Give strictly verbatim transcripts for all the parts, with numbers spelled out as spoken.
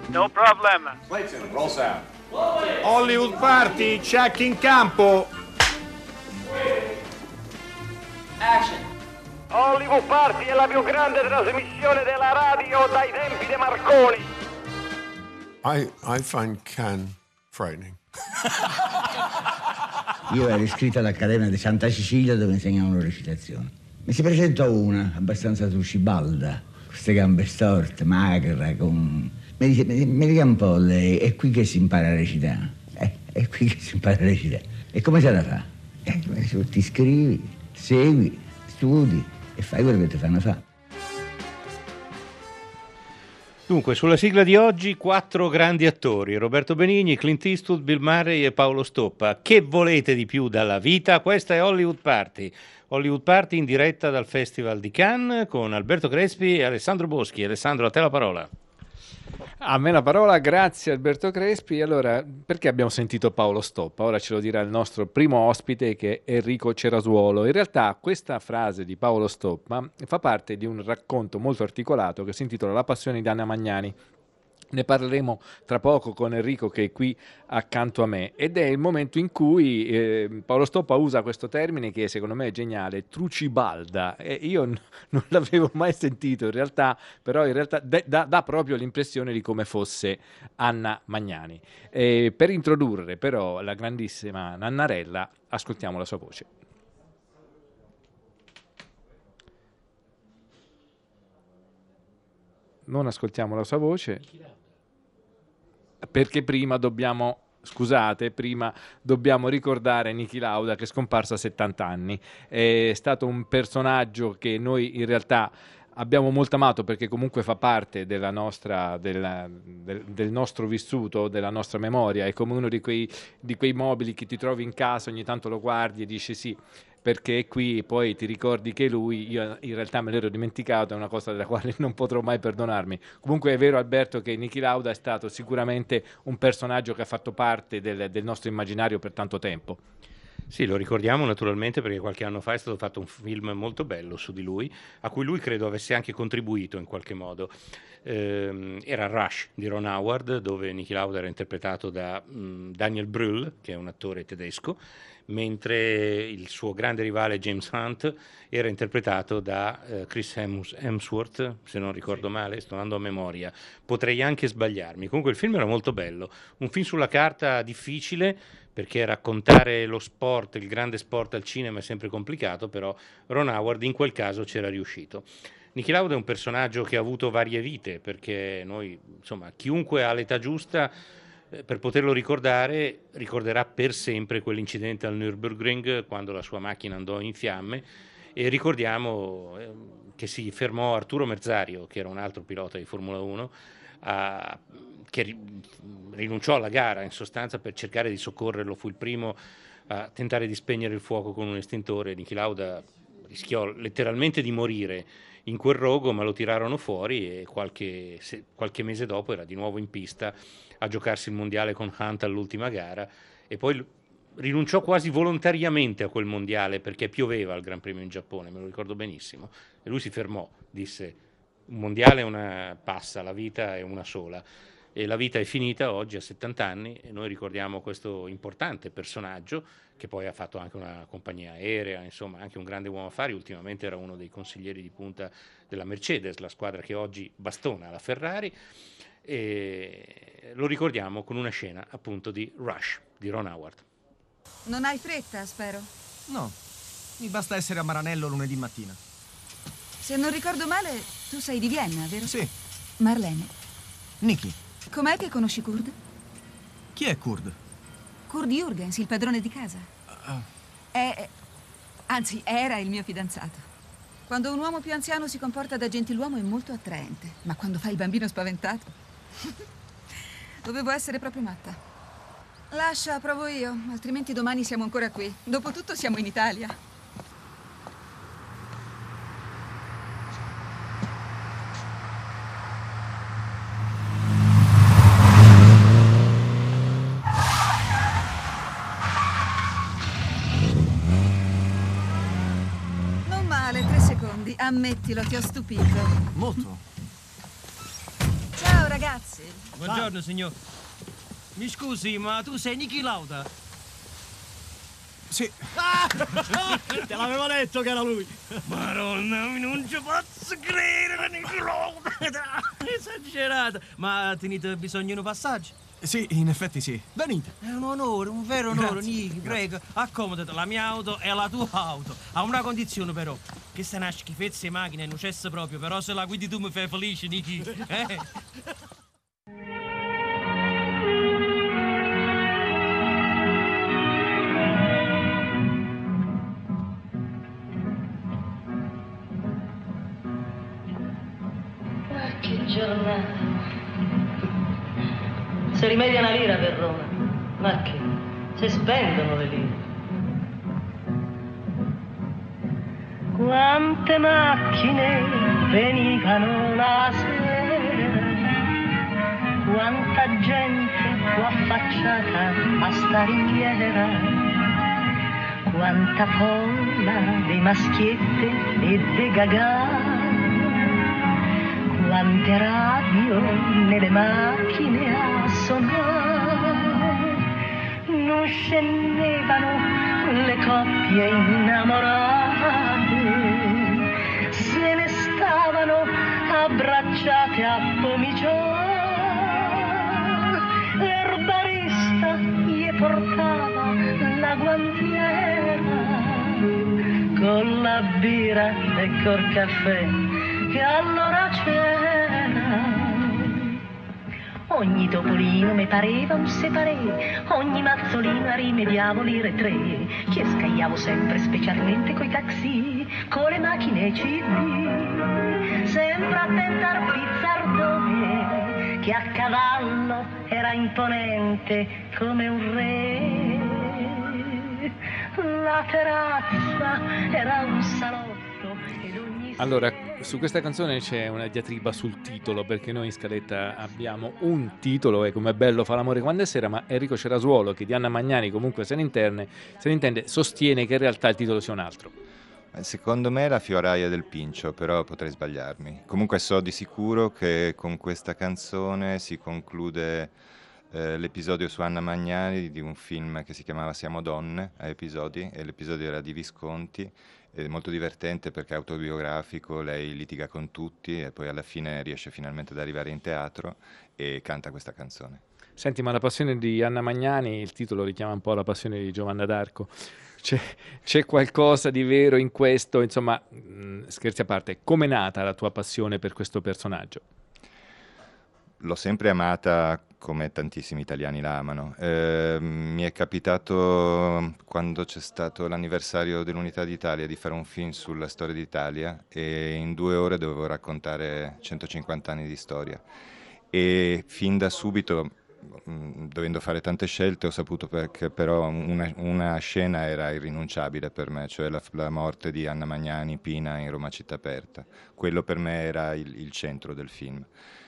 No problem. Clayton, roll sound. Hollywood Party, check in campo. Action. Hollywood Party è la più grande trasmissione della radio dai tempi di Marconi. I, I find Cannes frightening. Io ero iscritto all'Accademia di Santa Cecilia dove insegnavano recitazione. Mi si presentò una abbastanza trucibalda, queste gambe storte, magra, con... Mi dice, mi dica un po' lei, è qui che si impara a recitare? Eh, è qui che si impara a recitare. E come se la fa? Eh, ti iscrivi, segui, studi e fai quello che ti fanno fare. Dunque, sulla sigla di oggi quattro grandi attori: Roberto Benigni, Clint Eastwood, Bill Murray e Paolo Stoppa. Che volete di più dalla vita? Questa è Hollywood Party. Hollywood Party in diretta dal Festival di Cannes con Alberto Crespi e Alessandro Boschi. Alessandro, a te la parola. A me la parola, grazie Alberto Crespi. Allora, perché abbiamo sentito Paolo Stoppa? Ora ce lo dirà il nostro primo ospite, che è Enrico Cerasuolo. In realtà questa frase di Paolo Stoppa fa parte di un racconto molto articolato che si intitola La passione di Anna Magnani. Ne parleremo tra poco con Enrico, che è qui accanto a me, ed è il momento in cui eh, Paolo Stoppa usa questo termine che secondo me è geniale, trucibalda, e io n- non l'avevo mai sentito in realtà, però in realtà d- dà, dà proprio l'impressione di come fosse Anna Magnani. E per introdurre però la grandissima Nannarella, ascoltiamo la sua voce. Non ascoltiamo la sua voce perché prima dobbiamo, scusate, prima dobbiamo ricordare Niki Lauda, che è scomparso a settanta anni. È stato un personaggio che noi in realtà abbiamo molto amato, perché comunque fa parte della nostra, della, del, del nostro vissuto, della nostra memoria. È come uno di quei, di quei mobili che ti trovi in casa, ogni tanto lo guardi e dici sì, perché qui poi ti ricordi che lui, io in realtà me l'ero dimenticato, è una cosa della quale non potrò mai perdonarmi. Comunque è vero, Alberto, che Niki Lauda è stato sicuramente un personaggio che ha fatto parte del, del nostro immaginario per tanto tempo. Sì, lo ricordiamo naturalmente perché qualche anno fa è stato fatto un film molto bello su di lui, a cui lui credo avesse anche contribuito in qualche modo. Eh, era Rush di Ron Howard, dove Niki Lauda era interpretato da mh, Daniel Brühl, che è un attore tedesco, mentre il suo grande rivale James Hunt era interpretato da eh, Chris Hems- Hemsworth, se non ricordo male, sto andando a memoria, potrei anche sbagliarmi. Comunque il film era molto bello, un film sulla carta difficile, perché raccontare lo sport, il grande sport al cinema è sempre complicato, però Ron Howard in quel caso c'era riuscito. Niki Lauda è un personaggio che ha avuto varie vite, perché noi, insomma, chiunque ha l'età giusta, per poterlo ricordare, ricorderà per sempre quell'incidente al Nürburgring quando la sua macchina andò in fiamme, e ricordiamo eh, che si fermò Arturo Merzario, che era un altro pilota di Formula uno, a, che ri, rinunciò alla gara in sostanza per cercare di soccorrerlo. Fu il primo a tentare di spegnere il fuoco con un estintore. Niki Lauda rischiò letteralmente di morire in quel rogo, ma lo tirarono fuori e qualche, se, qualche mese dopo era di nuovo in pista a giocarsi il mondiale con Hunt all'ultima gara, e poi rinunciò quasi volontariamente a quel mondiale perché pioveva al Gran Premio in Giappone, me lo ricordo benissimo, e lui si fermò, disse: un mondiale è una passa, la vita è una sola, e la vita è finita oggi a settanta anni, e noi ricordiamo questo importante personaggio che poi ha fatto anche una compagnia aerea, insomma anche un grande uomo affari. Ultimamente era uno dei consiglieri di punta della Mercedes, la squadra che oggi bastona la Ferrari, e lo ricordiamo con una scena appunto di Rush di Ron Howard. Non hai fretta, spero? No, mi basta essere a Maranello lunedì mattina. Se non ricordo male, tu sei di Vienna, vero? Sì. Marlene. Niki. Com'è che conosci Kurt? Chi è Kurt? Kurt Jürgens, il padrone di casa. Uh. È... anzi, era il mio fidanzato. Quando un uomo più anziano si comporta da gentiluomo è molto attraente, ma quando fa il bambino spaventato... dovevo essere proprio matta. Lascia, provo io, altrimenti domani siamo ancora qui. Dopotutto siamo in Italia. Non male, tre secondi. Ammettilo, ti ho stupito. Molto. Ciao ragazzi. Grazie. Buongiorno, signor. Mi scusi, ma tu sei Niki Lauda? Sì. Ah! Te l'avevo detto che era lui. Madonna, non ci posso credere, Niki Lauda. Esagerato. Ma ha tenuto bisogno di un passaggio? Sì, in effetti sì. Venite. È un onore, un vero onore, Grazie. Niki, prego. Accomodati, la mia auto è la tua auto. Ha una condizione però. Che se una schifezza di macchina non cessa proprio, però se la guidi tu mi fai felice, Niki. Eh? Che giornata. Se rimedia una lira per Roma. Ma che? Se spendono le lire. Quante macchine venivano la sera. Quanta gente fu affacciata a sta ringhiera. Quanta folla di maschiette e de gagà. Quante radio nelle macchine a suonare, non scendevano le coppie innamorate, se ne stavano abbracciate a pomiciare, il barista gli portava la guantiera, con la birra e col caffè che allora c'era. Ogni topolino mi pareva un separé, ogni mazzolino a rimediavo lire tre, che scagliavo sempre specialmente coi taxi, con le macchine C D, sembra a tentar Pizzardone, che a cavallo era imponente come un re, la terrazza era un salotto. Allora, su questa canzone c'è una diatriba sul titolo, perché noi in scaletta abbiamo un titolo, è Come è bello fa l'amore quando è sera, ma Enrico Cerasuolo, che di Anna Magnani comunque se ne intende, se ne intende, sostiene che in realtà il titolo sia un altro. Secondo me è La fioraia del Pincio, però potrei sbagliarmi. Comunque so di sicuro che con questa canzone si conclude eh, l'episodio su Anna Magnani di un film che si chiamava Siamo donne, a episodi, e l'episodio era di Visconti. È molto divertente perché è autobiografico, lei litiga con tutti e poi alla fine riesce finalmente ad arrivare in teatro e canta questa canzone. Senti, ma la passione di Anna Magnani, il titolo richiama un po' la passione di Giovanna d'Arco. C'è, c'è qualcosa di vero in questo? Insomma, mh, scherzi a parte, com'è nata la tua passione per questo personaggio? L'ho sempre amata come tantissimi italiani la amano. Eh, mi è capitato quando c'è stato l'anniversario dell'Unità d'Italia di fare un film sulla storia d'Italia e in due ore dovevo raccontare centocinquanta anni di storia e fin da subito, mh, dovendo fare tante scelte, ho saputo che però una, una scena era irrinunciabile per me, cioè la, la morte di Anna Magnani Pina in Roma Città Aperta. Quello per me era il, il centro del film.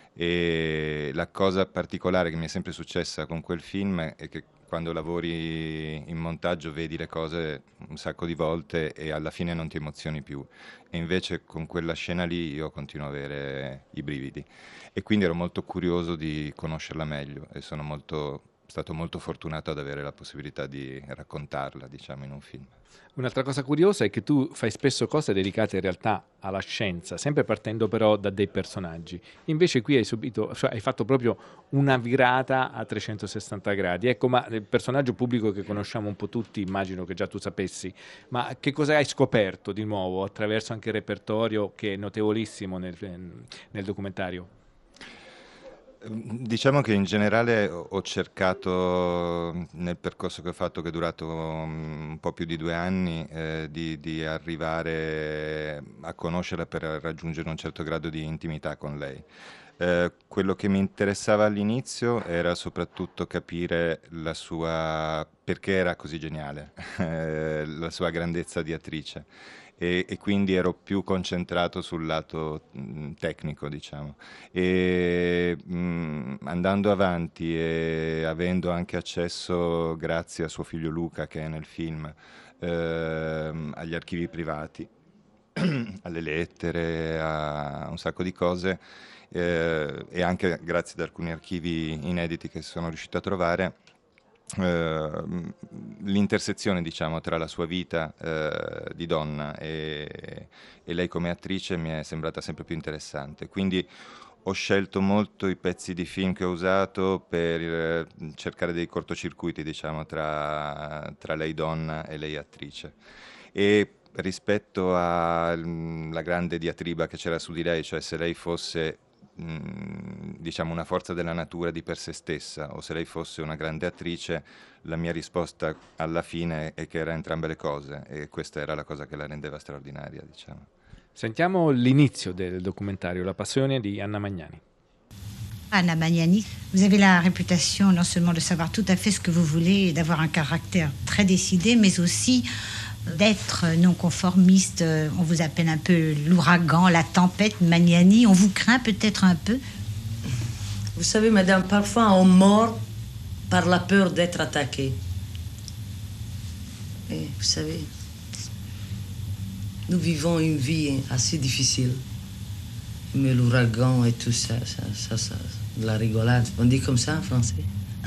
E la cosa particolare che mi è sempre successa con quel film è che quando lavori in montaggio vedi le cose un sacco di volte e alla fine non ti emozioni più, e invece con quella scena lì io continuo a avere i brividi e quindi ero molto curioso di conoscerla meglio e sono molto, stato molto fortunato ad avere la possibilità di raccontarla, diciamo, in un film. Un'altra cosa curiosa è che tu fai spesso cose dedicate in realtà alla scienza, sempre partendo però da dei personaggi. Invece qui hai subito, cioè hai fatto proprio una virata a trecentosessanta gradi. Ecco, ma il personaggio pubblico che conosciamo un po' tutti, immagino che già tu sapessi, ma che cosa hai scoperto di nuovo attraverso anche il repertorio che è notevolissimo nel, nel documentario? Diciamo che in generale ho cercato, nel percorso che ho fatto, che è durato un po' più di due anni, eh, di, di arrivare a conoscerla per raggiungere un certo grado di intimità con lei. Eh, quello che mi interessava all'inizio era soprattutto capire la sua, perché era così geniale, la sua grandezza di attrice. E, e quindi ero più concentrato sul lato mh, tecnico, diciamo, e mh, andando avanti e avendo anche accesso, grazie a suo figlio Luca che è nel film, eh, agli archivi privati, alle lettere, a un sacco di cose, eh, e anche grazie ad alcuni archivi inediti che sono riuscito a trovare, eh, l'intersezione, diciamo, tra la sua vita eh, di donna e, e lei come attrice mi è sembrata sempre più interessante. Quindi ho scelto molto i pezzi di film che ho usato per eh, cercare dei cortocircuiti, diciamo, tra, tra lei donna e lei attrice. E rispetto alla grande diatriba che c'era su di lei, cioè se lei fosse mh, diciamo una forza della natura di per sé stessa o se lei fosse una grande attrice, la mia risposta alla fine è che era entrambe le cose, e questa era la cosa che la rendeva straordinaria, diciamo. Sentiamo l'inizio del documentario La passione di Anna Magnani. Anna Magnani, vous avez la réputation non seulement de savoir tout à fait ce que vous voulez et d'avoir un caractère très décidé, mais aussi d'être non conformiste. On vous appelle un peu l'ouragan, la tempête, Magnani. On vous craint peut-être un peu? Vous savez, madame, parfois on mord par la peur d'être attaqué. Et vous savez, nous vivons une vie assez difficile. Mais l'ouragan et tout ça, ça, ça, ça, la rigolade. On dit comme ça en français?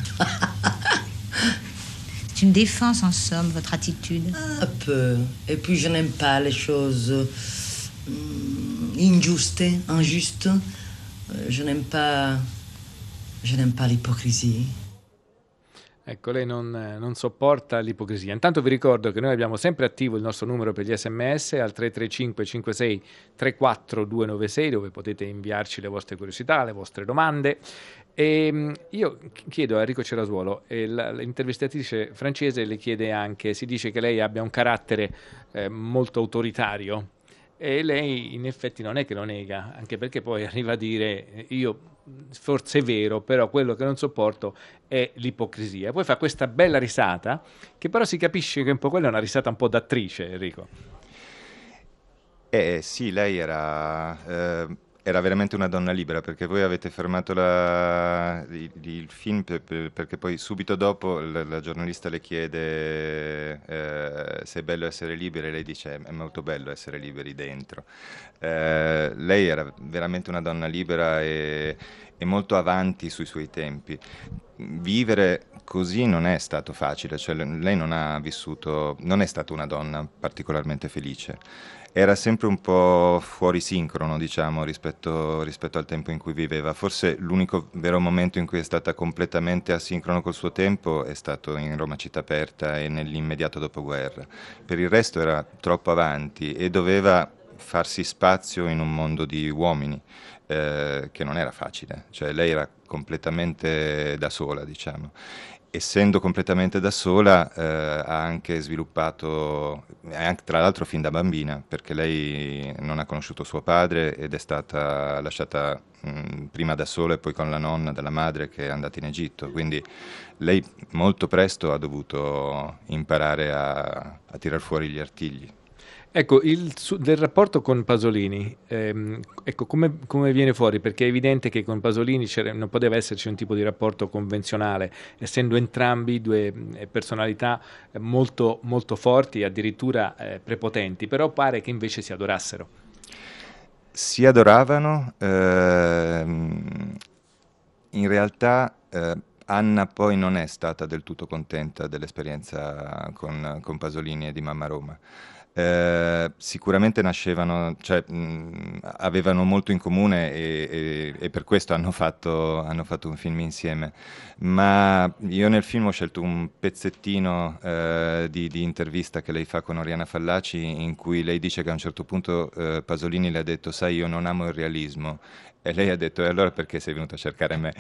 C'est une défense, en somme, votre attitude? Un peu. Et puis, je n'aime pas les choses euh, injustes, injustes. Je n'aime pas, je n'aime pas l'hypocrisie. Ecco, lei non, non sopporta l'ipocrisia. Intanto vi ricordo che noi abbiamo sempre attivo il nostro numero per gli sms al tre tre cinque cinque sei tre quattro due nove sei, dove potete inviarci le vostre curiosità, le vostre domande. E io chiedo a Enrico Cerasuolo, e l'intervistatrice francese le chiede anche, si dice che lei abbia un carattere eh, molto autoritario, e lei in effetti non è che lo nega, anche perché poi arriva a dire io forse è vero, però quello che non sopporto è l'ipocrisia. Poi fa questa bella risata, che però si capisce che un po' quella è una risata un po' d'attrice, Enrico. Eh sì, lei era, eh, era veramente una donna libera, perché voi avete fermato la, il, il film per, per, perché poi subito dopo la, la giornalista le chiede eh, se è bello essere liberi, e lei dice è molto bello essere liberi dentro. Eh, lei era veramente una donna libera e, e molto avanti sui suoi tempi. Vivere così non è stato facile, cioè lei non ha vissuto, non è stata una donna particolarmente felice. Era sempre un po' fuori sincrono, diciamo, rispetto, rispetto al tempo in cui viveva. Forse l'unico vero momento in cui è stata completamente asincrono col suo tempo è stato in Roma Città Aperta e nell'immediato dopoguerra. Per il resto era troppo avanti e doveva farsi spazio in un mondo di uomini, eh, che non era facile. Cioè lei era completamente da sola, diciamo. Essendo completamente da sola, eh, ha anche sviluppato, anche, tra l'altro fin da bambina, perché lei non ha conosciuto suo padre ed è stata lasciata mh, prima da sola e poi con la nonna della madre che è andata in Egitto. Quindi lei molto presto ha dovuto imparare a, a tirar fuori gli artigli. Ecco, il su, del rapporto con Pasolini, ehm, ecco, come, come viene fuori? Perché è evidente che con Pasolini non poteva esserci un tipo di rapporto convenzionale, essendo entrambi due eh, personalità eh, molto, molto forti, addirittura eh, prepotenti, però pare che invece si adorassero. Si adoravano, ehm, in realtà eh, Anna poi non è stata del tutto contenta dell'esperienza con, con Pasolini e di Mamma Roma. Eh, sicuramente nascevano, cioè mh, avevano molto in comune e, e, e per questo hanno fatto, hanno fatto un film insieme, ma io nel film ho scelto un pezzettino eh, di, di intervista che lei fa con Oriana Fallaci, in cui lei dice che a un certo punto eh, Pasolini le ha detto sai, io non amo il realismo, e lei ha detto e allora perché sei venuto a cercare me?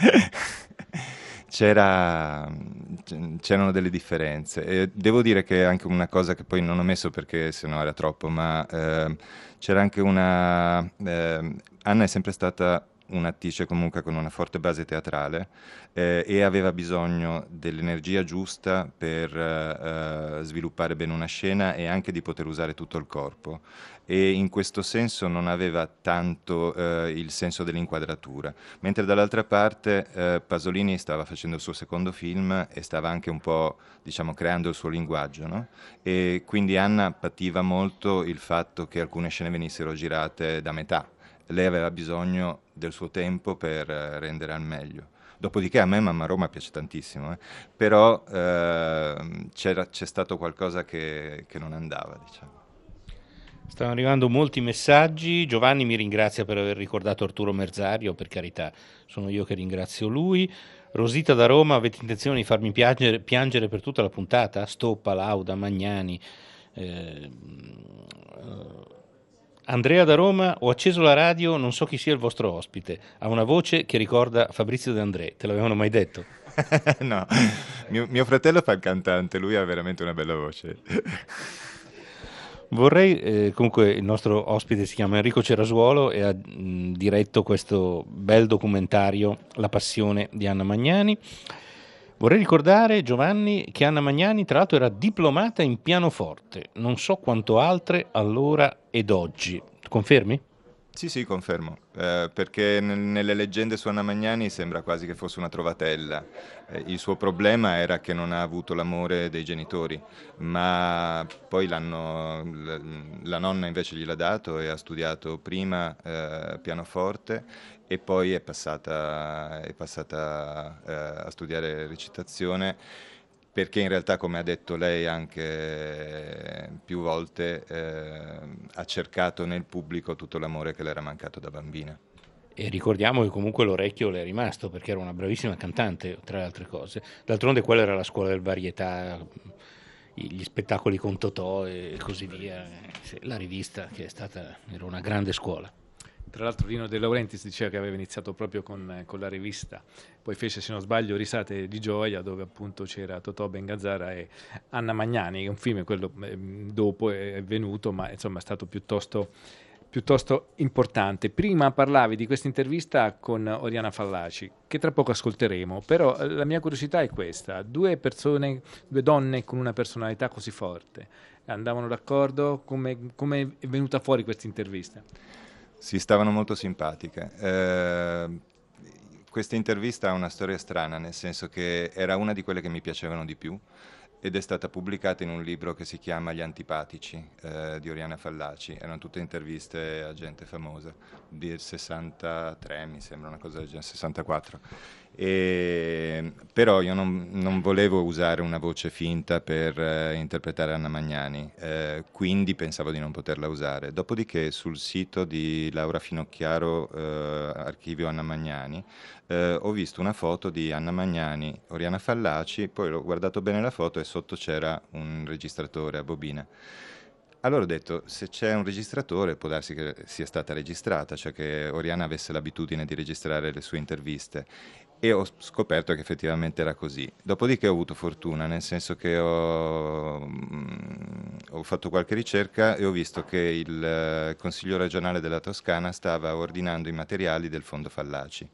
C'era, c'erano delle differenze e devo dire che anche una cosa che poi non ho messo perché sennò era troppo, ma eh, c'era anche una... Eh, Anna è sempre stata un'attrice comunque con una forte base teatrale eh, e aveva bisogno dell'energia giusta per eh, sviluppare bene una scena e anche di poter usare tutto il corpo. E in questo senso non aveva tanto eh, il senso dell'inquadratura, mentre dall'altra parte eh, Pasolini stava facendo il suo secondo film e stava anche un po', diciamo, creando il suo linguaggio, no? E quindi Anna pativa molto il fatto che alcune scene venissero girate da metà. Lei aveva bisogno del suo tempo per eh, rendere al meglio. Dopodiché a me Mamma Roma piace tantissimo, eh? Però eh, c'era, c'è stato qualcosa che, che non andava, diciamo. Stanno arrivando molti messaggi. Giovanni mi ringrazia per aver ricordato Arturo Merzario, per carità, sono io che ringrazio lui. Rosita da Roma, avete intenzione di farmi piangere, piangere per tutta la puntata? Stoppa, Lauda, Magnani. Eh, Andrea da Roma, ho acceso la radio, non so chi sia il vostro ospite, ha una voce che ricorda Fabrizio De André, te l'avevano mai detto? No, mio, mio fratello fa il cantante, lui ha veramente una bella voce. Vorrei, eh, comunque il nostro ospite si chiama Enrico Cerasuolo e ha mh, diretto questo bel documentario La passione di Anna Magnani. Vorrei ricordare, Giovanni, che Anna Magnani tra l'altro era diplomata in pianoforte, non so quanto altre allora ed oggi. Confermi? Sì, sì, confermo, eh, perché nel, nelle leggende su Anna Magnani sembra quasi che fosse una trovatella. Eh, il suo problema era che non ha avuto l'amore dei genitori, ma poi l'hanno, la, la nonna invece gliel'ha dato e ha studiato prima eh, pianoforte e poi è passata, è passata eh, a studiare recitazione, perché in realtà, come ha detto lei anche più volte, eh, ha cercato nel pubblico tutto l'amore che le era mancato da bambina. E ricordiamo che comunque l'orecchio le è rimasto, perché era una bravissima cantante, tra le altre cose. D'altronde quella era la scuola del varietà, gli spettacoli con Totò e così via. La rivista, che è stata, era una grande scuola. Tra l'altro Rino De Laurentiis diceva che aveva iniziato proprio con, con la rivista, poi fece, se non sbaglio, Risate di gioia, dove appunto c'era Totò Bengazzara e Anna Magnani, che un film, quello eh, dopo è venuto, ma insomma è stato piuttosto, piuttosto importante. Prima parlavi di questa intervista con Oriana Fallaci, che tra poco ascolteremo, però la mia curiosità è questa: due persone, due donne con una personalità così forte, andavano d'accordo? Come, come è venuta fuori questa intervista? Si stavano molto simpatiche. Eh, questa intervista ha una storia strana, nel senso che era una di quelle che mi piacevano di più ed è stata pubblicata in un libro che si chiama Gli antipatici eh, di Oriana Fallaci. Erano tutte interviste a gente famosa, del sessantatré mi sembra, una cosa del genere, sessantaquattro. E, però io non, non volevo usare una voce finta per eh, interpretare Anna Magnani, eh, quindi pensavo di non poterla usare. Dopodiché sul sito di Laura Finocchiaro, eh, Archivio Anna Magnani, eh, ho visto una foto di Anna Magnani, Oriana Fallaci, poi ho guardato bene la foto e sotto c'era un registratore a bobina. Allora ho detto, se c'è un registratore può darsi che sia stata registrata, cioè che Oriana avesse l'abitudine di registrare le sue interviste, e ho scoperto che effettivamente era così. Dopodiché ho avuto fortuna, nel senso che ho, mh, ho fatto qualche ricerca e ho visto che il Consiglio regionale della Toscana stava ordinando i materiali del Fondo Fallaci.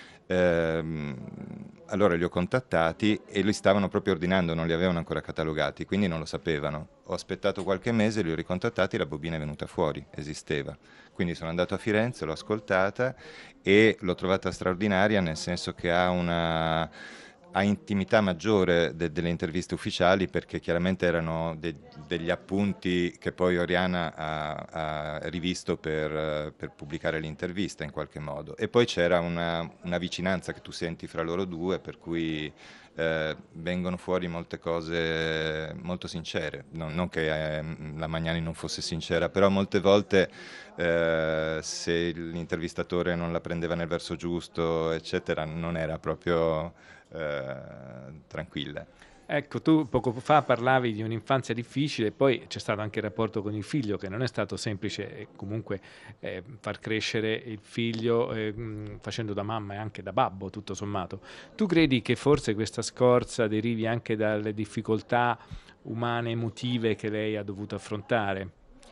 Eh, allora li ho contattati e li stavano proprio ordinando, non li avevano ancora catalogati, quindi non lo sapevano. Ho aspettato qualche mese, li ho ricontattati e la bobina è venuta fuori, esisteva. Quindi sono andato a Firenze, l'ho ascoltata e l'ho trovata straordinaria, nel senso che ha una ha intimità maggiore de- delle interviste ufficiali, perché chiaramente erano de- degli appunti che poi Oriana ha, ha rivisto per, per pubblicare l'intervista in qualche modo. E poi c'era una, una vicinanza che tu senti fra loro due, per cui eh, vengono fuori molte cose molto sincere. Non, non che eh, la Magnani non fosse sincera, però molte volte eh, se l'intervistatore non la prendeva nel verso giusto, eccetera, non era proprio Eh, tranquilla. Ecco, tu poco fa parlavi di un'infanzia difficile, poi c'è stato anche il rapporto con il figlio, che non è stato semplice, e comunque eh, far crescere il figlio eh, mh, facendo da mamma e anche da babbo, tutto sommato. Tu credi che forse questa scorza derivi anche dalle difficoltà umane, emotive che lei ha dovuto affrontare?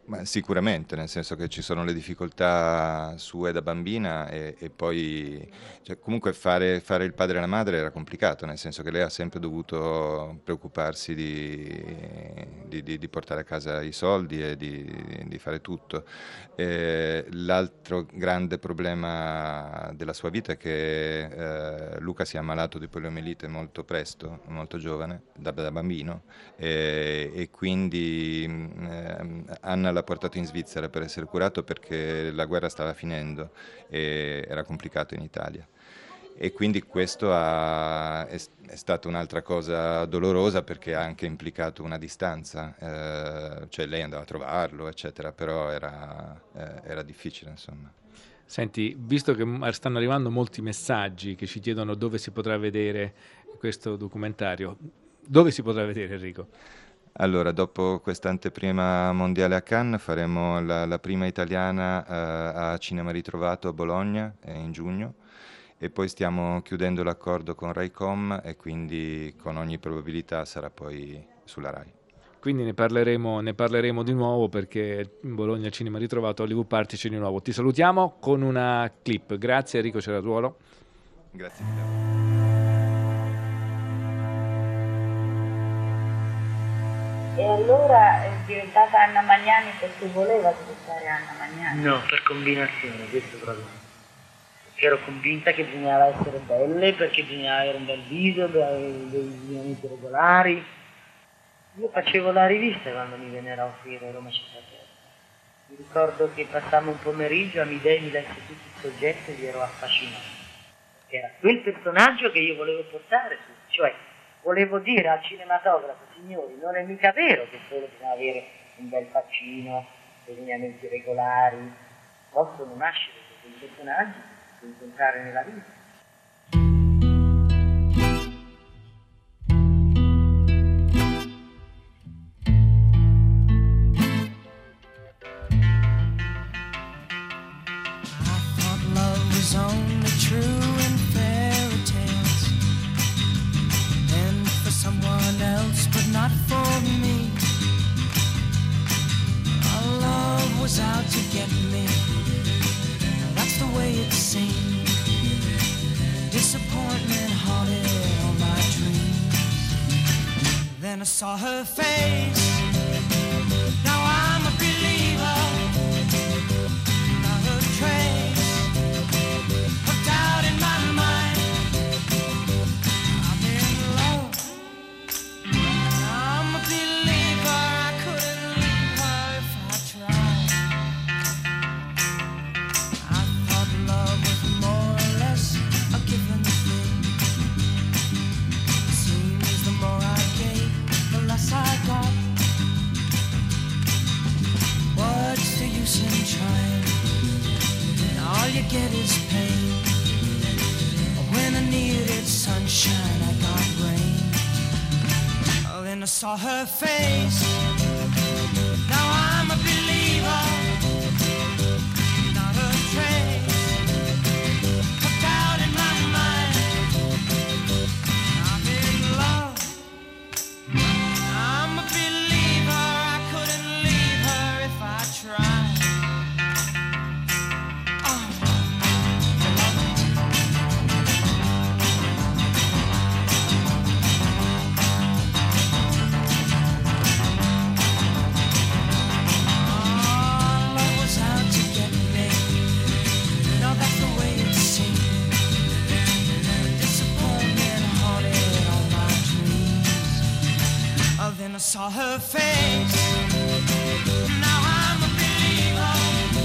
Ma sicuramente, nel senso che ci sono le difficoltà sue da bambina e, e poi cioè, comunque fare, fare il padre e la madre era complicato, nel senso che lei ha sempre dovuto preoccuparsi di, di, di, di portare a casa i soldi e di, di fare tutto. E l'altro grande problema della sua vita è che eh, Luca si è ammalato di poliomielite molto presto, molto giovane, da, da bambino, e, e quindi eh, Anna l'ha portato in Svizzera per essere curato perché la guerra stava finendo e era complicato in Italia. E quindi questo ha, è, è stata un'altra cosa dolorosa perché ha anche implicato una distanza, eh, cioè lei andava a trovarlo, eccetera, però era, eh, era difficile, insomma. Senti, visto che stanno arrivando molti messaggi che ci chiedono dove si potrà vedere questo documentario, dove si potrà vedere, Enrico? Allora, dopo questa anteprima mondiale a Cannes faremo la, la prima italiana eh, a Cinema Ritrovato a Bologna eh, in giugno e poi stiamo chiudendo l'accordo con Raicom e quindi con ogni probabilità sarà poi sulla Rai. Quindi ne parleremo, ne parleremo di nuovo perché in Bologna Cinema Ritrovato, Hollywood Party c'è di nuovo. Ti salutiamo con una clip. Grazie Enrico Cerasuolo. Grazie mille. E allora è diventata Anna Magnani perché voleva diventare Anna Magnani? No, per combinazione, questo proprio. Perché ero convinta che bisognava essere belle, perché bisognava avere un bel viso, dei lineamenti regolari. Io facevo la rivista quando mi vennero a offrire Roma Città Terza. Mi ricordo che passammo un pomeriggio, Amidei mi lesse tutti i soggetti e gli ero affascinato. Era quel personaggio che io volevo portare su, cioè volevo dire al cinematografo, signori, non è mica vero che solo bisogna avere un bel faccino, dei lineamenti regolari, possono nascere dei personaggi da incontrare nella vita. I thought love was only true in fairy tales and for someone else, but not for me. Our love was out to get me. That's the way it seemed. Disappointment haunted all my dreams. Then I saw her face. Now I'm a believer. Not a trace of doubt in my mind. I'm in love. I'm a believer. I couldn't leave her if I tried. I thought love was more or less a given thing. Seems the more I gave, the less I got. What's the use in trying? All you get is pain. When I needed sunshine, I got rain. Oh, then I saw her face. Now I'm a believer. Not a trace of doubt in my mind. I'm in love. I'm a believer. I couldn't leave her if I tried. Then I saw her face. Now I'm a believer.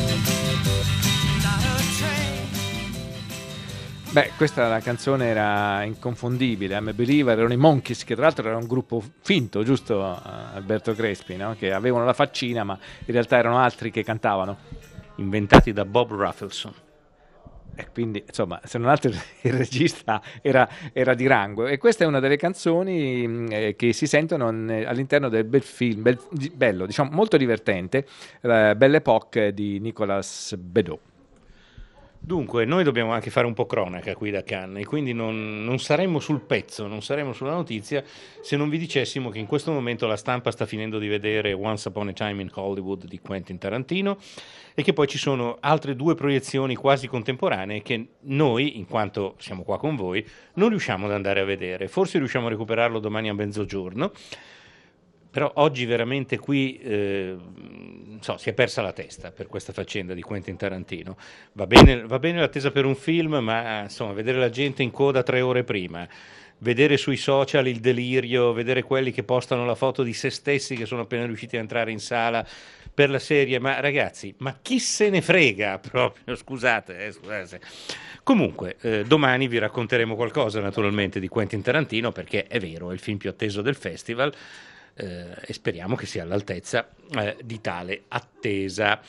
Not a trace. Beh, questa la canzone era inconfondibile, I'm a Believer, erano i Monkees, che tra l'altro era un gruppo finto, giusto Alberto Crespi, no? Che avevano la faccina, ma in realtà erano altri che cantavano. Inventati da Bob Rafelson. E quindi, insomma, se non altro il regista era, era di rango. E questa è una delle canzoni eh, che si sentono n- all'interno del bel film, bel, di- bello, diciamo, molto divertente, eh, Belle Époque di Nicolas Bedos. Dunque, noi dobbiamo anche fare un po' cronaca qui da Cannes, e quindi non, non saremmo sul pezzo, non saremmo sulla notizia se non vi dicessimo che in questo momento la stampa sta finendo di vedere Once Upon a Time in Hollywood di Quentin Tarantino, e che poi ci sono altre due proiezioni quasi contemporanee che noi, in quanto siamo qua con voi, non riusciamo ad andare a vedere. Forse riusciamo a recuperarlo domani a mezzogiorno, però oggi veramente qui eh, so, si è persa la testa per questa faccenda di Quentin Tarantino. Va bene, va bene l'attesa per un film, ma insomma vedere la gente in coda tre ore prima, vedere sui social il delirio, vedere quelli che postano la foto di se stessi che sono appena riusciti a entrare in sala per la serie, ma ragazzi, ma chi se ne frega proprio, scusate, eh, scusate. Comunque, eh, domani vi racconteremo qualcosa naturalmente di Quentin Tarantino, perché è vero, è il film più atteso del festival, eh, e speriamo che sia all'altezza eh, di tale attesa.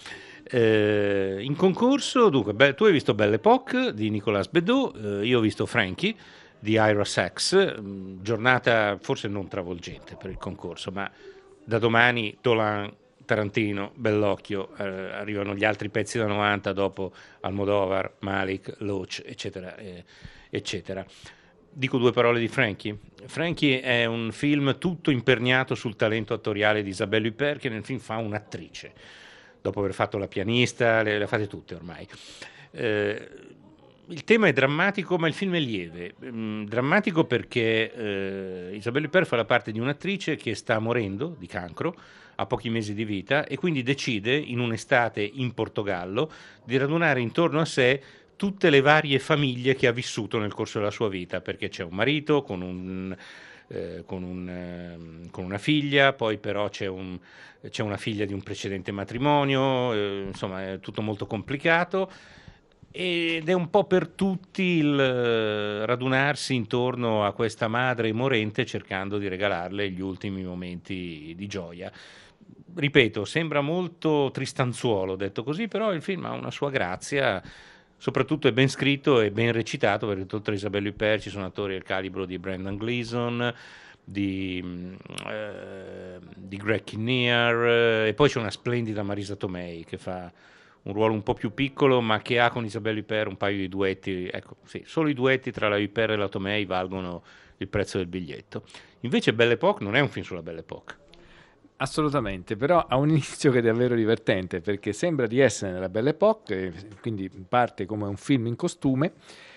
Eh, in concorso, dunque, beh, tu hai visto Belle Époque di Nicolas Bedos, eh, io ho visto Frankie di Ira Sachs, mh, giornata forse non travolgente per il concorso, ma da domani Dolan, Tarantino, Bellocchio, eh, arrivano gli altri pezzi da novanta dopo Almodovar, Malik, Loach, eccetera, eh, eccetera. Dico due parole di Frankie. Frankie è un film tutto imperniato sul talento attoriale di Isabelle Huppert, che nel film fa un'attrice, dopo aver fatto la pianista, le, le fate tutte ormai. Eh, il tema è drammatico, ma il film è lieve. Mm, drammatico perché eh, Isabelle Huppert fa la parte di un'attrice che sta morendo di cancro, a pochi mesi di vita, e quindi decide in un'estate in Portogallo di radunare intorno a sé tutte le varie famiglie che ha vissuto nel corso della sua vita, perché c'è un marito con, un, eh, con, un, eh, con una figlia, poi però c'è, un, c'è una figlia di un precedente matrimonio, eh, insomma è tutto molto complicato, ed è un po' per tutti il eh, radunarsi intorno a questa madre morente cercando di regalarle gli ultimi momenti di gioia. Ripeto, sembra molto tristanzuolo detto così, però il film ha una sua grazia, soprattutto è ben scritto e ben recitato, perché oltre a Isabelle Huppert ci sono attori del calibro di Brendan Gleeson, di, eh, di Greg Kinnear, eh, e poi c'è una splendida Marisa Tomei che fa un ruolo un po' più piccolo, ma che ha con Isabelle Huppert un paio di duetti. Ecco, sì, solo i duetti tra la Huppert e la Tomei valgono il prezzo del biglietto. Invece Belle Époque non è un film sulla Belle Époque. Assolutamente, però ha un inizio che è davvero divertente, perché sembra di essere nella Belle Époque, quindi parte come un film in costume,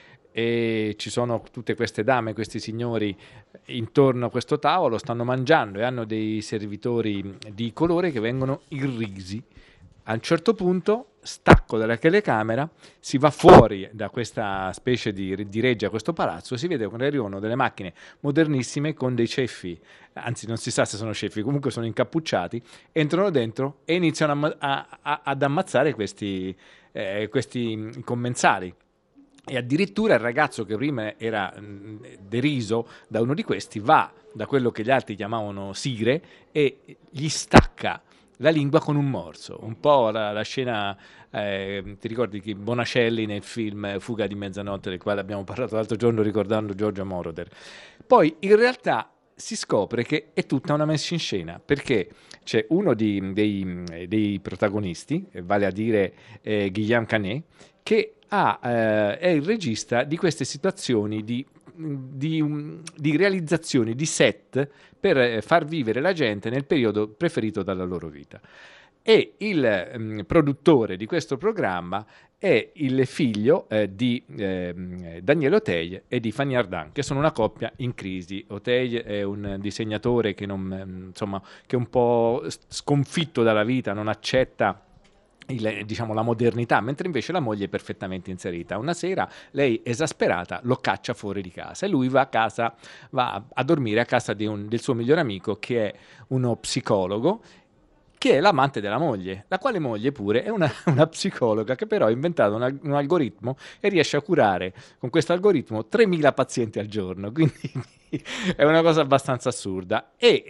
e ci sono tutte queste dame, questi signori intorno a questo tavolo, stanno mangiando e hanno dei servitori di colore che vengono irrisi. A un certo punto, stacco dalla telecamera, si va fuori da questa specie di, di reggia, questo palazzo, si vede che arrivano delle macchine modernissime con dei ceffi, anzi non si sa se sono ceffi, comunque sono incappucciati, entrano dentro e iniziano a, a, a, ad ammazzare questi, eh, questi commensali. E addirittura il ragazzo che prima era mh, deriso da uno di questi va da quello che gli altri chiamavano Sire e gli stacca la lingua con un morso, un po' la, la scena, eh, ti ricordi che Bonacelli nel film Fuga di mezzanotte, del quale abbiamo parlato l'altro giorno ricordando Giorgio Moroder. Poi in realtà si scopre che è tutta una messa in scena, perché c'è uno di, dei, dei protagonisti, vale a dire eh, Guillaume Canet, che ha, eh, è il regista di queste situazioni di Di, di realizzazioni di set per far vivere la gente nel periodo preferito dalla loro vita. E il um, produttore di questo programma è il figlio eh, di eh, Daniel Auteuil e di Fanny Ardant, che sono una coppia in crisi. Auteuil è un disegnatore che, non, insomma, che è un po' sconfitto dalla vita, non accetta Il, diciamo la modernità, mentre invece la moglie è perfettamente inserita. Una sera lei, esasperata, lo caccia fuori di casa e lui va a casa, va a dormire a casa di un, del suo migliore amico, che è uno psicologo, che è l'amante della moglie, la quale moglie pure è una, una psicologa che però ha inventato una, un algoritmo e riesce a curare con questo algoritmo tremila pazienti al giorno, quindi è una cosa abbastanza assurda. E,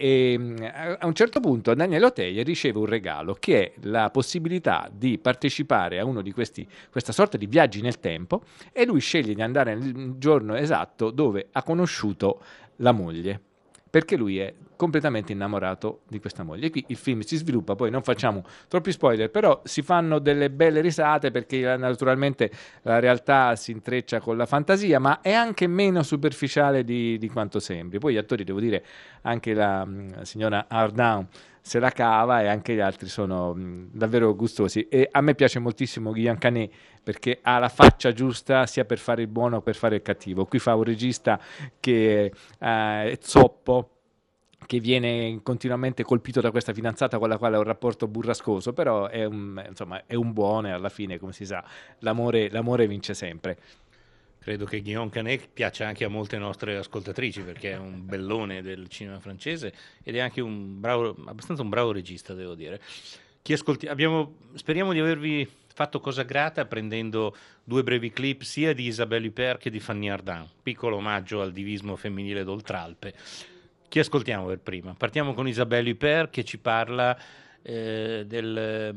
e a un certo punto Daniel Auteuil riceve un regalo, che è la possibilità di partecipare a uno di questi, questa sorta di viaggi nel tempo, e lui sceglie di andare nel giorno esatto dove ha conosciuto la moglie. perché lui è completamente innamorato di questa moglie. E qui il film si sviluppa, poi non facciamo troppi spoiler, però si fanno delle belle risate perché naturalmente la realtà si intreccia con la fantasia, ma è anche meno superficiale di, di quanto sembri. Poi gli attori, devo dire, anche la mh, signora Ardant se la cava e anche gli altri sono mh, davvero gustosi. E a me piace moltissimo Guillaume Canet perché ha la faccia giusta sia per fare il buono che per fare il cattivo. Qui fa un regista che eh, è zoppo, che viene continuamente colpito da questa fidanzata con la quale ha un rapporto burrascoso, però è un, insomma, è un buono e alla fine, come si sa, l'amore, l'amore vince sempre. Credo che Guillaume Canet piaccia anche a molte nostre ascoltatrici perché è un bellone del cinema francese ed è anche un bravo, abbastanza un bravo regista, devo dire. Chi ascolti, abbiamo, speriamo di avervi fatto cosa grata prendendo due brevi clip sia di Isabelle Huppert che di Fanny Ardant, piccolo omaggio al divismo femminile d'Oltralpe. Chi ascoltiamo per prima? Partiamo con Isabelle Huppert che ci parla eh, del,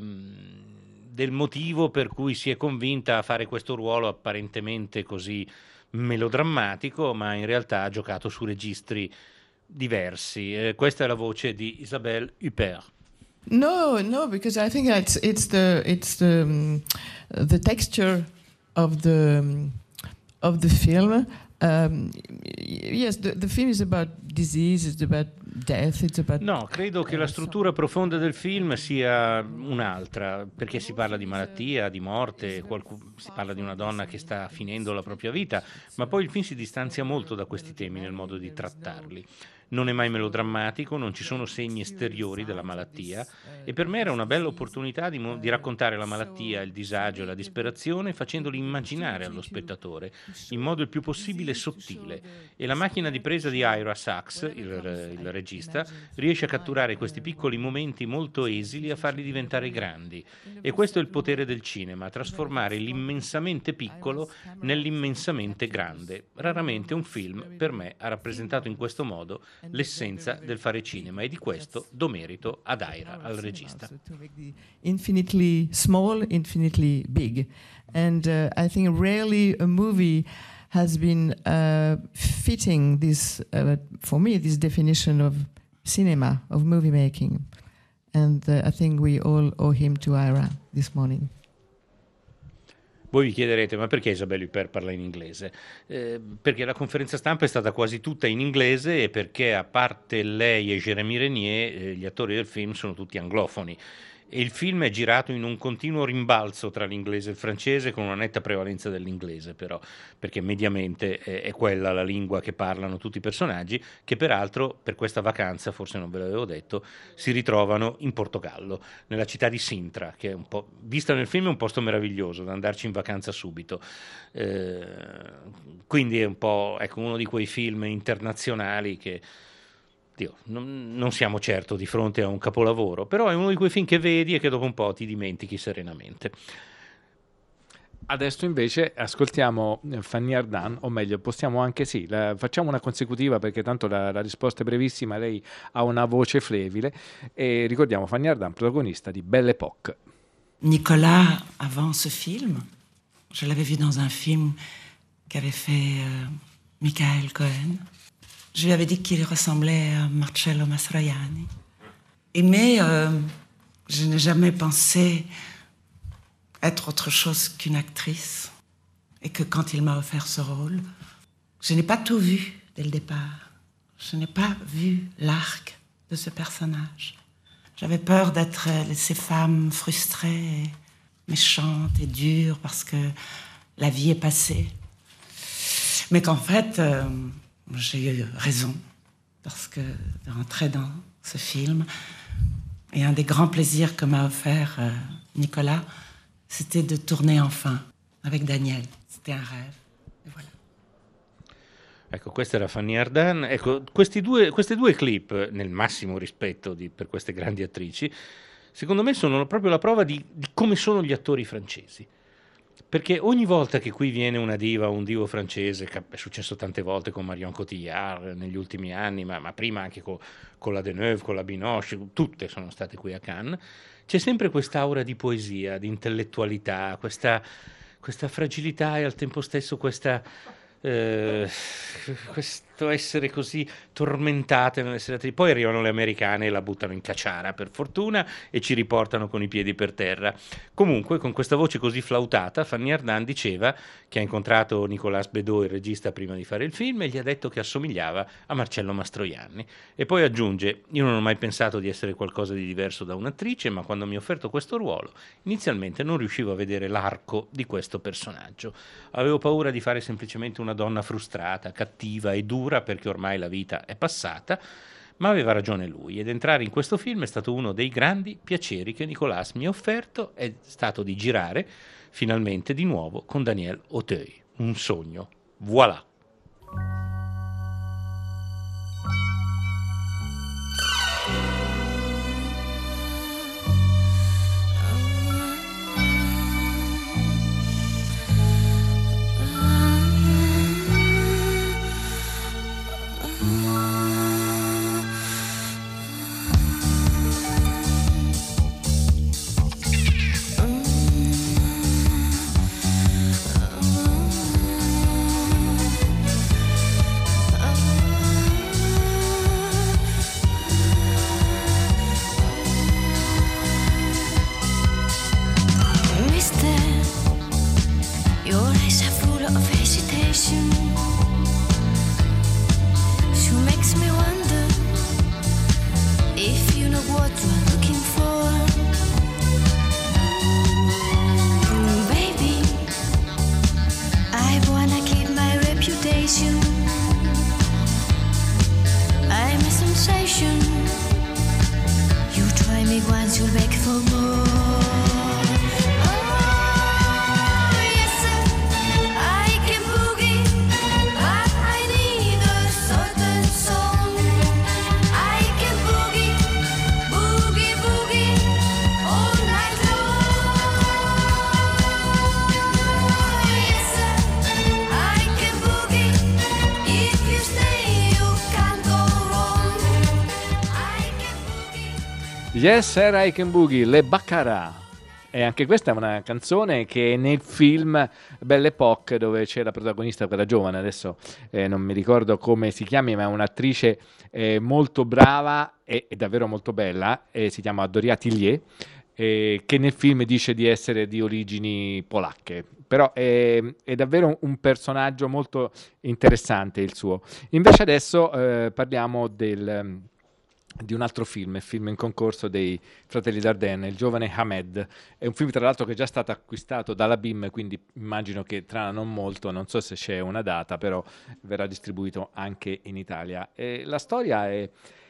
del motivo per cui si è convinta a fare questo ruolo apparentemente così melodrammatico, ma in realtà ha giocato su registri diversi. Eh, questa è la voce di Isabelle Huppert. No, no, because I think it's it's the it's the um, the texture of the um, of the film. Um, yes, the, the film is about disease, it's about death, it's about... No, credo che la struttura profonda del film sia un'altra, perché si parla di malattia, di morte, qualcuno, si parla di una donna che sta finendo la propria vita, ma poi il film si distanzia molto da questi temi nel modo di trattarli. Non è mai melodrammatico, non ci sono segni esteriori della malattia e per me era una bella opportunità di, mo- di raccontare la malattia, il disagio e la disperazione facendoli immaginare allo spettatore in modo il più possibile sottile e la macchina di presa di Ira Sachs, il, il regista, riesce a catturare questi piccoli momenti molto esili e a farli diventare grandi e questo è il potere del cinema, trasformare l'immensamente piccolo nell'immensamente grande. Raramente un film per me ha rappresentato in questo modo l'essenza del fare cinema e di questo do merito ad Ira, al regista. Infinitely small, infinitely big, and uh, I think rarely a movie has been uh, fitting this uh, for me this definition of cinema, of movie making, and uh, I think we all owe him to Ira this morning. Voi vi chiederete, ma perché Isabelle Huppert parla in inglese? Eh, perché la conferenza stampa è stata quasi tutta in inglese e perché a parte lei e Jérémie Renier, eh, gli attori del film sono tutti anglofoni. E il film è girato in un continuo rimbalzo tra l'inglese e il francese, con una netta prevalenza dell'inglese però, perché mediamente è, è quella la lingua che parlano tutti i personaggi, che peraltro per questa vacanza, forse non ve l'avevo detto, si ritrovano in Portogallo, nella città di Sintra, che è un po', vista nel film è un posto meraviglioso, da andarci in vacanza subito. Eh, quindi è un po', ecco, uno di quei film internazionali che Dio, non, non siamo certo di fronte a un capolavoro, però è uno di quei film che vedi e che dopo un po' ti dimentichi serenamente. Adesso invece ascoltiamo Fanny Ardant, o meglio, possiamo anche sì, la, facciamo una consecutiva perché tanto la, la risposta è brevissima, lei ha una voce flebile e ricordiamo Fanny Ardant, protagonista di Belle Époque. Nicolas, avant ce film, je l'avais vu dans un film qu'avait fait euh, Michael Cohen. Je lui avais dit qu'il ressemblait à Marcello Mastroianni. Et mais euh, je n'ai jamais pensé être autre chose qu'une actrice. Et que quand il m'a offert ce rôle, je n'ai pas tout vu dès le départ. Je n'ai pas vu l'arc de ce personnage. J'avais peur d'être ces femmes frustrées, et méchantes et dures parce que la vie est passée. Mais qu'en fait... Euh, j'ai eu raison, parce que de rentrer dans ce film, et un des grands plaisirs que m'a offert euh, Nicolas, c'était de tourner enfin avec Daniel. C'était un rêve, et voilà. Ecco, questa era Fanny Ardant. Ecco, questi due, queste due clip, nel massimo rispetto di, per queste grandi attrici, secondo me sono proprio la prova di, di come sono gli attori francesi. Perché ogni volta che qui viene una diva o un divo francese, è successo tante volte con Marion Cotillard negli ultimi anni, ma, ma prima anche con, con la Deneuve, con la Binoche, tutte sono state qui a Cannes, c'è sempre quest'aura di poesia, di intellettualità, questa, questa fragilità e al tempo stesso questa, eh, questo essere così tormentate nell'essere attrici. Poi arrivano le americane e la buttano in caciara, per fortuna, e ci riportano con i piedi per terra. Comunque, con questa voce così flautata, Fanny Ardant diceva che ha incontrato Nicolas Bedos, il regista, prima di fare il film, e gli ha detto che assomigliava a Marcello Mastroianni. E poi aggiunge: io non ho mai pensato di essere qualcosa di diverso da un'attrice, ma quando mi ha offerto questo ruolo, inizialmente non riuscivo a vedere l'arco di questo personaggio. Avevo paura di fare semplicemente una donna frustrata, cattiva e dura, perché ormai la vita è passata, ma aveva ragione lui, ed entrare in questo film è stato uno dei grandi piaceri che Nicolas mi ha offerto, è stato di girare finalmente di nuovo con Daniel Auteuil. Un sogno. Voilà. Yes, Sir, I Can Boogie, Le Baccarat. E anche questa è una canzone che nel film Belle Époque, dove c'è la protagonista, quella giovane, adesso eh, non mi ricordo come si chiami, ma è un'attrice eh, molto brava e, e davvero molto bella, e si chiama Doria Tillier, eh, che nel film dice di essere di origini polacche. Però è, è davvero un personaggio molto interessante il suo. Invece adesso eh, parliamo del... di un altro film, il film in concorso dei fratelli Dardenne, Il giovane Hamed. È un film tra l'altro che è già stato acquistato dalla B I M, quindi immagino che tra non molto, non so se c'è una data, però verrà distribuito anche in Italia. E la storia è,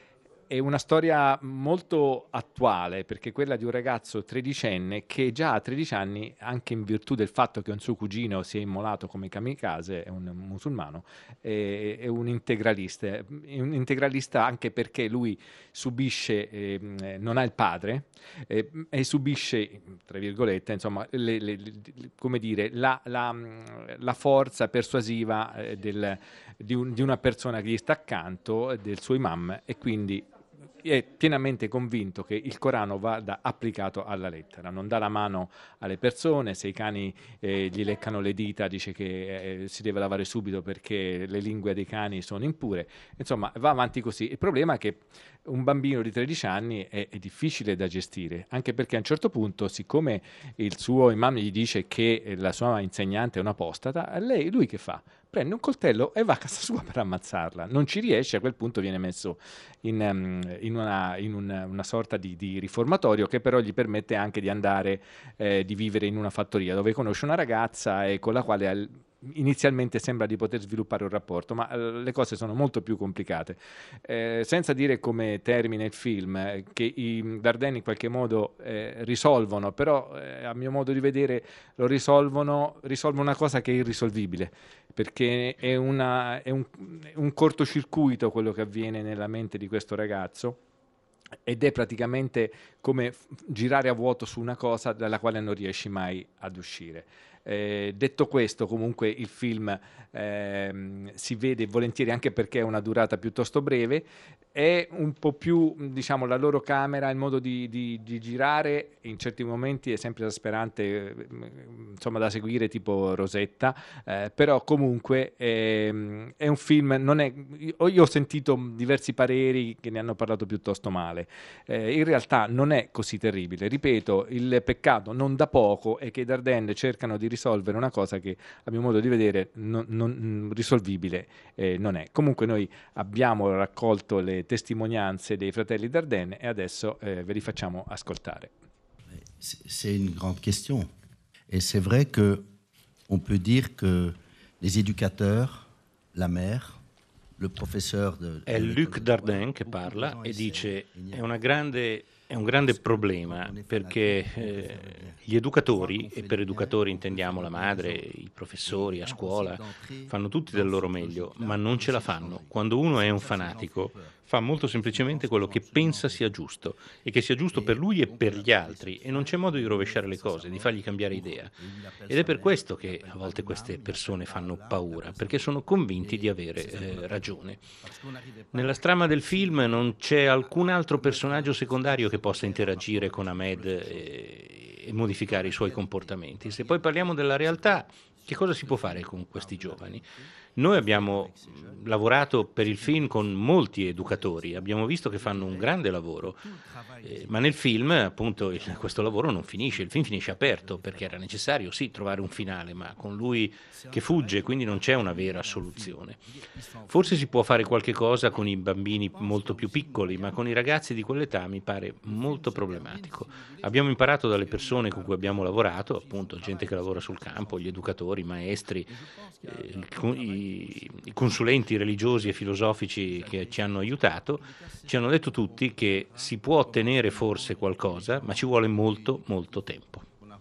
è una storia molto attuale, perché è quella di un ragazzo tredicenne che già a tredici anni, anche in virtù del fatto che un suo cugino si è immolato come kamikaze, è un musulmano, è, è un integralista, è un integralista anche perché lui subisce, eh, non ha il padre, eh, e subisce, tra virgolette, insomma, le, le, le, come dire, la, la, la forza persuasiva eh, del, di, un, di una persona che gli sta accanto, del suo imam, e quindi è pienamente convinto che il Corano vada applicato alla lettera, non dà la mano alle persone, se i cani eh, gli leccano le dita dice che eh, si deve lavare subito perché le lingue dei cani sono impure, insomma va avanti così. Il problema è che un bambino di tredici anni è, è difficile da gestire, anche perché a un certo punto, siccome il suo imam gli dice che la sua insegnante è un'apostata, lei, lui che fa? Prende un coltello e va a casa sua per ammazzarla. Non ci riesce, a quel punto viene messo in, um, in, una, in una, una sorta di, di riformatorio che però gli permette anche di andare, eh, di vivere in una fattoria dove conosce una ragazza e con la quale al, inizialmente sembra di poter sviluppare un rapporto, ma eh, le cose sono molto più complicate. Eh, senza dire come termina il film, eh, che i Dardenne in qualche modo eh, risolvono, però eh, a mio modo di vedere lo risolvono, risolvono una cosa che è irrisolvibile, perché è, una, è un, un cortocircuito quello che avviene nella mente di questo ragazzo, ed è praticamente come f- girare a vuoto su una cosa dalla quale non riesci mai ad uscire. Eh, detto questo, comunque il film ehm, si vede volentieri, anche perché è una durata piuttosto breve, è un po' più, diciamo, la loro camera, il modo di, di, di girare in certi momenti è sempre esasperante, insomma, da seguire, tipo Rosetta, eh, però comunque eh, è un film, non è, io, io ho sentito diversi pareri che ne hanno parlato piuttosto male, eh, in realtà non è così terribile, ripeto, il peccato non da poco è che i Dardenne cercano di risolvere una cosa che a mio modo di vedere non, non risolvibile eh, non è. Comunque noi abbiamo raccolto le testimonianze dei fratelli Dardenne e adesso eh, ve li facciamo ascoltare. C'est une grande question. Et c'est vrai qu'on peut dire que les éducateurs, la mère, le professeur de... È Luc Dardenne che parla e dice è una grande... È un grande problema perché eh, gli educatori, e per educatori intendiamo la madre, i professori a scuola, fanno tutti del loro meglio, ma non ce la fanno. Quando uno è un fanatico, fa molto semplicemente quello che pensa sia giusto, e che sia giusto per lui e per gli altri, e non c'è modo di rovesciare le cose, di fargli cambiare idea. Ed è per questo che a volte queste persone fanno paura, perché sono convinti di avere eh, ragione. Nella trama del film non c'è alcun altro personaggio secondario che possa interagire con Ahmed e, e modificare i suoi comportamenti. Se poi parliamo della realtà, che cosa si può fare con questi giovani? Noi abbiamo lavorato per il film con molti educatori, abbiamo visto che fanno un grande lavoro, eh, ma nel film appunto il, questo lavoro non finisce, il film finisce aperto perché era necessario sì trovare un finale, ma con lui che fugge, quindi non c'è una vera soluzione. Forse si può fare qualche cosa con i bambini molto più piccoli, ma con i ragazzi di quell'età mi pare molto problematico. Abbiamo imparato dalle persone con cui abbiamo lavorato, appunto gente che lavora sul campo, gli educatori, i maestri, eh, i, i consulenti religiosi e filosofici che ci hanno aiutato, ci hanno detto tutti che si può ottenere forse qualcosa, ma ci vuole molto, molto tempo.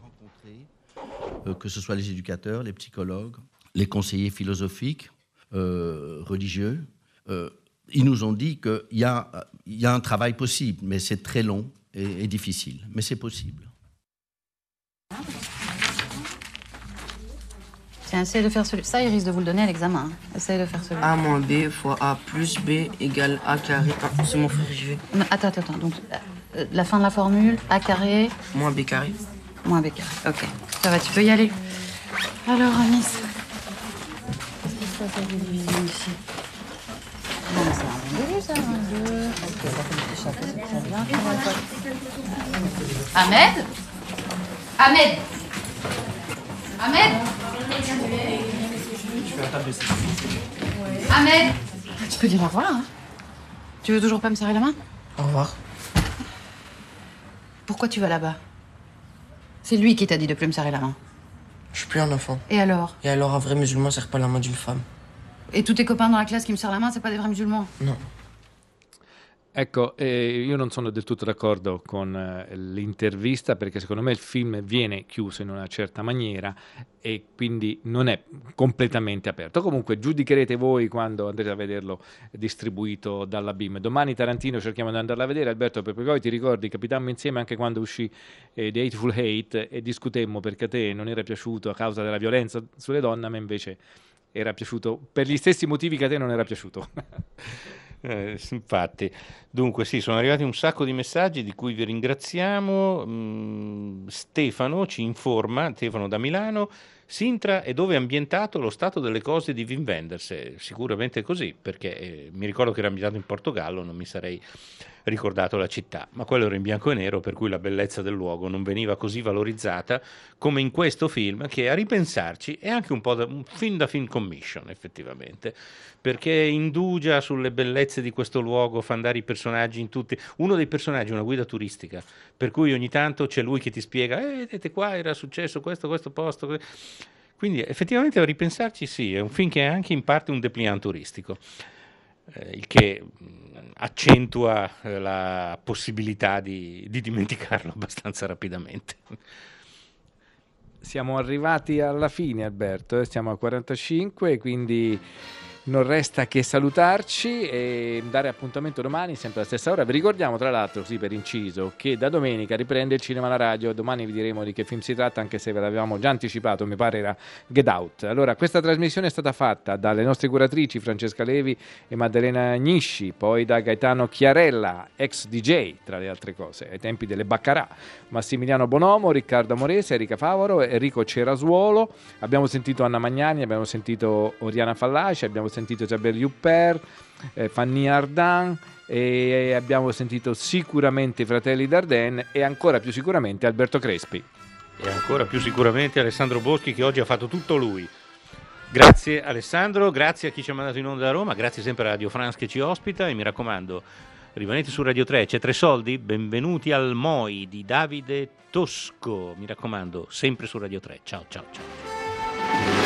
Euh, que ce soit les éducateurs, les psychologues, les conseillers philosophiques, euh, religieux, euh, ils nous ont dit qu'il y a, il y a un travail possible, mais c'est très long et, et difficile, mais c'est possible. Tiens, essaye de faire celui... Ça, il risque de vous le donner à l'examen. Hein. Essaye de faire celui A moins B fois A plus B égale A carré. Ah, c'est mon frère, j'y vais. Non, attends, attends, attends. Donc, euh, la fin de la formule, A carré... Moins B carré. Moins B carré, ok. Ça va, tu peux y aller. Alors, Anis, qu'est-ce qui se passe avec les divisions ici? Non, mais c'est un bon début, ça. Un, deux... Ok, on va faire le petit chapeau, c'est très bien. Ahmed Ahmed Ahmed Je fais un table de six. Ahmed, tu peux dire au revoir, hein? Tu veux toujours pas me serrer la main? Au revoir. Pourquoi tu vas là-bas? C'est lui qui t'a dit de plus me serrer la main. Je suis plus un enfant. Et alors? Et alors, un vrai musulman serre pas la main d'une femme. Et tous tes copains dans la classe qui me serrent la main, c'est pas des vrais musulmans? Non. Ecco, eh, io non sono del tutto d'accordo con eh, l'intervista, perché secondo me il film viene chiuso in una certa maniera e quindi non è completamente aperto. Comunque giudicherete voi quando andrete a vederlo distribuito dalla B I M. Domani Tarantino cerchiamo di andarla a vedere. Alberto, per poi ti ricordi, capitammo insieme anche quando uscì eh, The Hateful Eight e discutemmo perché a te non era piaciuto a causa della violenza sulle donne, ma invece era piaciuto per gli stessi motivi che a te non era piaciuto. Eh, infatti, dunque sì, sono arrivati un sacco di messaggi di cui vi ringraziamo. Mm, Stefano ci informa, Stefano da Milano, Sintra è dove è ambientato lo stato delle cose di Wim Wenders. Eh, sicuramente è così, perché eh, mi ricordo che era ambientato in Portogallo, non mi sarei ricordato la città, ma quello era in bianco e nero, per cui la bellezza del luogo non veniva così valorizzata come in questo film, che a ripensarci è anche un po' da, un film da film commission effettivamente, perché indugia sulle bellezze di questo luogo, fa andare i personaggi in tutti, uno dei personaggi è una guida turistica, per cui ogni tanto c'è lui che ti spiega eh, vedete qua era successo questo, questo posto, quindi effettivamente a ripensarci sì, è un film che è anche in parte un dépliant turistico, eh, il che accentua la possibilità di, di dimenticarlo abbastanza rapidamente. Siamo arrivati alla fine, Alberto, eh? Siamo a quarantacinque, quindi non resta che salutarci e dare appuntamento domani sempre alla stessa ora. Vi ricordiamo tra l'altro, sì, per inciso, che da domenica riprende il cinema alla radio. Domani vi diremo di che film si tratta, anche se ve l'avevamo già anticipato, mi pare era Get Out. Allora, questa trasmissione è stata fatta dalle nostre curatrici Francesca Levi e Maddalena Agnisci, poi da Gaetano Chiarella, ex D J tra le altre cose ai tempi delle Baccarà, Massimiliano Bonomo, Riccardo Amorese, Erika Favaro, Enrico Cerasuolo. Abbiamo sentito Anna Magnani, abbiamo sentito Oriana Fallaci, abbiamo sentito Isabelle Huppert, eh, Fanny Ardant, e abbiamo sentito sicuramente i fratelli Dardenne e ancora più sicuramente Alberto Crespi. E ancora più sicuramente Alessandro Boschi, che oggi ha fatto tutto lui. Grazie Alessandro, grazie a chi ci ha mandato in onda da Roma, grazie sempre a Radio France che ci ospita e mi raccomando, rimanete su Radio tre, c'è Tre Soldi, benvenuti al M O I di Davide Tosco, mi raccomando, sempre su Radio tre. Ciao ciao ciao.